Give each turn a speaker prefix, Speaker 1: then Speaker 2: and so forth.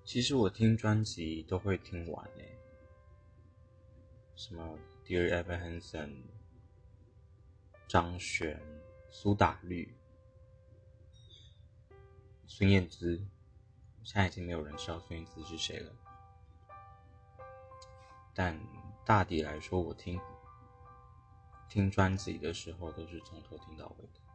Speaker 1: 其实我听专辑都会听完什么 Dear Evan Hansen、张悬、苏打绿、孙燕姿，现在已经没有人知道孙燕姿是谁了。但大抵来说，我听专辑的时候都是从头听到尾的。